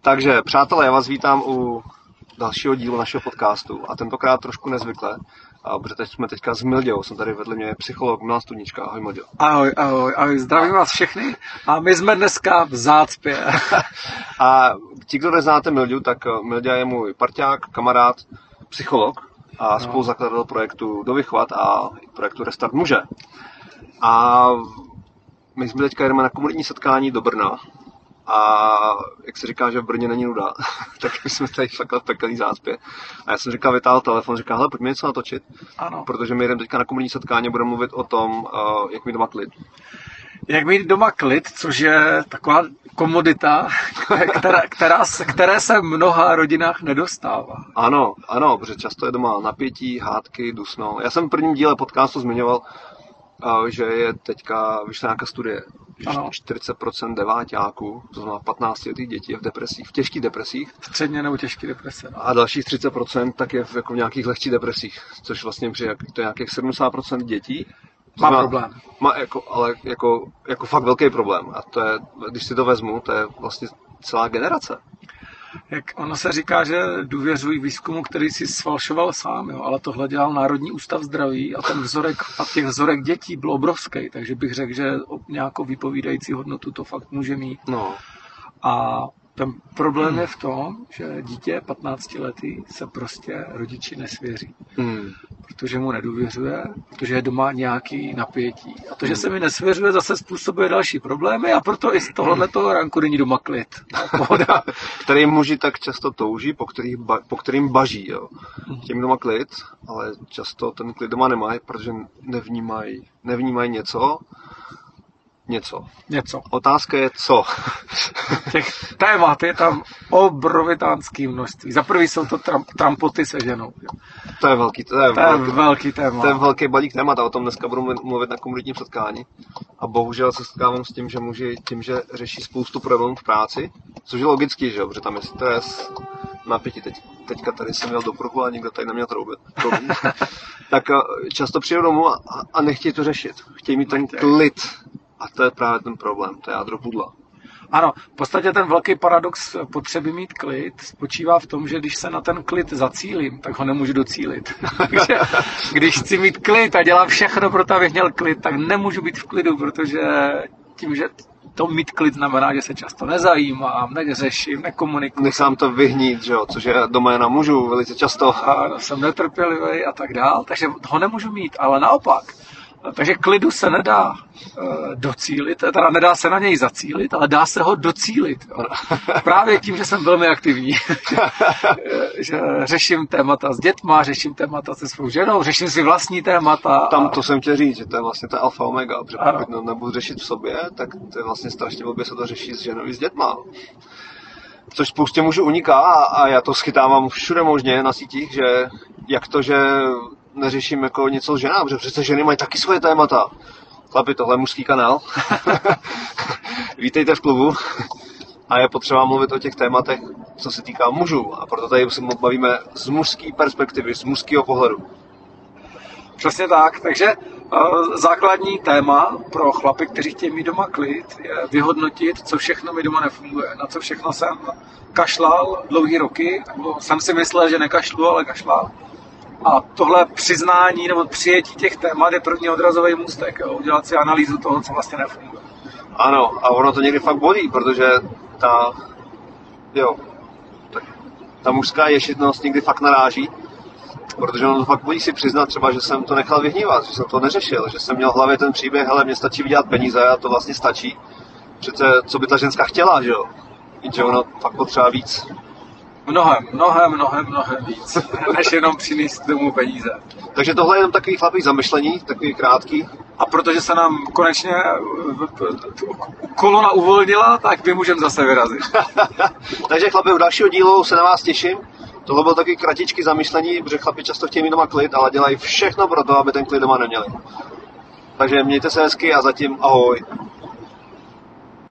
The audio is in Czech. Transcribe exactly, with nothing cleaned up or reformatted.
Takže, přátelé, já vás vítám u dalšího dílu našeho podcastu a tentokrát trošku nezvykle, protože teď jsme teďka s Milďou, jsem tady vedle mě psycholog Milan Studnička. Ahoj Milďo. Ahoj, ahoj, ahoj, zdravím vás všechny a my jsme dneska v zácpě. A ti, kdo neznáte Milďu, tak Milďa je můj parťák, kamarád, psycholog a spoluzakladatel projektu Dovychvat a projektu Restart muže. A my jsme teďka jdeme na komunitní setkání do Brna. A jak se říká, že v Brně není nuda, tak my jsme tady takhle v pekelný zácpě. A já jsem říkal, vytáhl telefon, říkal, hele, pojďme něco natočit. Ano. Protože my jdeme teďka na komunitní setkání a budeme mluvit o tom, jak mít doma klid. Jak mít doma klid, což je taková komodita, která, která se, které se v mnoha rodinách nedostává. Ano, ano, protože často je doma napětí, hádky, dusno. Já jsem v prvním díle podcastu zmiňoval, že je teďka vyšla nějaká studie, že ano. čtyřicet procent deváťáků, to znamená patnáctiletých dětí je v depresích, v těžkých depresích. Středně nebo těžké deprese. A dalších třicet procent tak je v, jako v nějakých lehčích depresích, což vlastně při, to je nějakých sedmdesát procent dětí. Má má problém. Má jako, ale jako, jako fakt velký problém. A to je, když si to vezmu, to je vlastně celá generace. Jak ono se říká, že důvěřují výzkumu, který si sfalšoval sám, jo, ale tohle dělal Národní ústav zdraví a ten vzorek a těch vzorek dětí byl obrovský, takže bych řekl, že nějakou vypovídající hodnotu to fakt může mít. No. A ten problém je v tom, že dítě patnáctiletý se prostě rodiči nesvěří. Hmm. Protože mu nedůvěřuje, protože je doma nějaký napětí. A to, že se mi nesvěřuje, zase způsobuje další problémy a proto i z tohoto ranku není doma klid. Pohoda. Který muži tak často touží, po, kterých ba, po kterým baží. Jo. Těm doma klid, ale často ten klid doma nemají, protože nevnímají, nevnímají něco, Něco. Něco. Otázka je co. Těch témat je tam obrovitánský množství. Za prvý jsou to tram, trampoty se ženou. Jo. To je velký, to je to je velký, velký téma. To je velký balík témat a o tom dneska budu mluvit na komunitním setkání. A bohužel se setkávám s tím, že muži tím, že řeší spoustu problémů v práci, což je logický, že jo, protože tam je stres, napětí. Teď, teďka tady jsem měl do pruhu a nikdo tady neměl troubit. Tak často přijdu domů a, a nechtějí to řešit. Chtějí mít ten klid. A to je právě ten problém, to je jádro pudla. Ano, v podstatě ten velký paradox potřeby mít klid spočívá v tom, že když se na ten klid zacílím, tak ho nemůžu docílit. Takže když chci mít klid a dělám všechno pro to, abych měl klid, tak nemůžu být v klidu, protože tím, že to mít klid znamená, že se často nezajímám, neřeším, nekomunikuji. Nechám to vyhnít, že jo, což je doména mužů velice často. A jsem netrpělivý a tak dál, takže ho nemůžu mít, ale naopak. Takže klidu se nedá uh, docílit, teda nedá se na něj zacílit, ale dá se ho docílit. Právě tím, že jsem velmi aktivní. Že řeším témata s dětma, řeším témata se svou ženou, řeším si vlastní témata. Tam to jsem chtěl říct, že to je vlastně ta alfa omega, protože pokud nebudu řešit v sobě, tak to je vlastně strašně blbě se to řeší s ženou i s dětma. Což spoustě mužů uniká a já to schytávám všude možně na sítích, že jak to, že neřeším jako něco s ženám, protože přece ženy mají taky svoje témata. Chlapi, tohle je mužský kanál. Vítejte v klubu. A je potřeba mluvit o těch tématech, co se týká mužů. A proto tady se bavíme z mužské perspektivy, z mužského pohledu. Přesně tak. Takže uh, základní téma pro chlapy, kteří chtějí mít doma klid, je vyhodnotit, co všechno mi doma nefunguje. Na co všechno jsem kašlal dlouhý roky. Nebo jsem si myslel, že nekašlu, ale kašlal. A tohle přiznání nebo přijetí těch témat je první odrazový můstek, jo? Udělat si analýzu toho, co vlastně nefunguje. Ano, a ono to někdy fakt bolí, protože ta, jo, tak, ta mužská ješitnost někdy fakt naráží, protože ono to fakt bolí si přiznat třeba, že jsem to nechal vyhnívat, že jsem to neřešil, že jsem měl v hlavě ten příběh, hele, mně stačí vydělat peníze a to vlastně stačí. Přece, co by ta ženská chtěla, že jo? Jenže ono fakt potřeba víc. Mnohem, mnohem, mnohem, mnohem víc, než jenom přinést domů peníze. Takže tohle je jenom takový chlapý zamyšlení, takový krátký. A protože se nám konečně kolona uvolnila, tak my můžeme zase vyrazit. Takže chlapi, u dalšího dílu se na vás těším. Tohle bylo takový kratičký zamyšlení, protože chlapi často chtějí mít doma klid, ale dělají všechno pro to, aby ten klid doma neměli. Takže mějte se hezky a zatím ahoj.